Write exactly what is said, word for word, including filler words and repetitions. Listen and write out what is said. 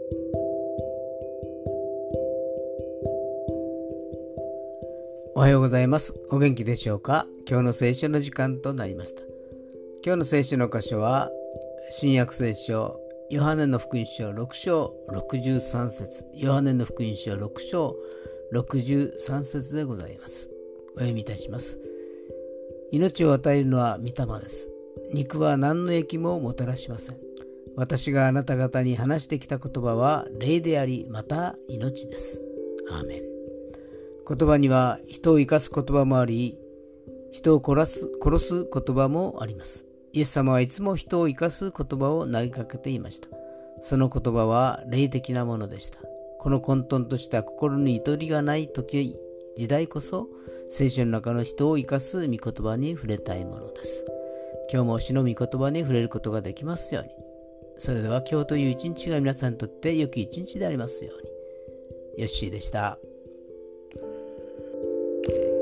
おはようございます。お元気でしょうか。今日の聖書の時間となりました。今日の聖書の箇所は新約聖書ヨハネの福音書ろく章ろくじゅうさん節、ヨハネの福音書ろく章ろくじゅうさん節でございます。お読みいたします。命を与えるのは御霊です。肉は何の益ももたらしません。私があなた方に話してきた言葉は霊であり、また命です。アーメン。言葉には人を生かす言葉もあり、人を殺す、殺す言葉もあります。イエス様はいつも人を生かす言葉を投げかけていました。その言葉は霊的なものでした。この混沌とした心にゆとりがない時、時代こそ聖書の中の人を生かす御言葉に触れたいものです。今日も主の御言葉に触れることができますように。それでは今日という一日が皆さんにとって良き一日でありますように。ヨッシーでした。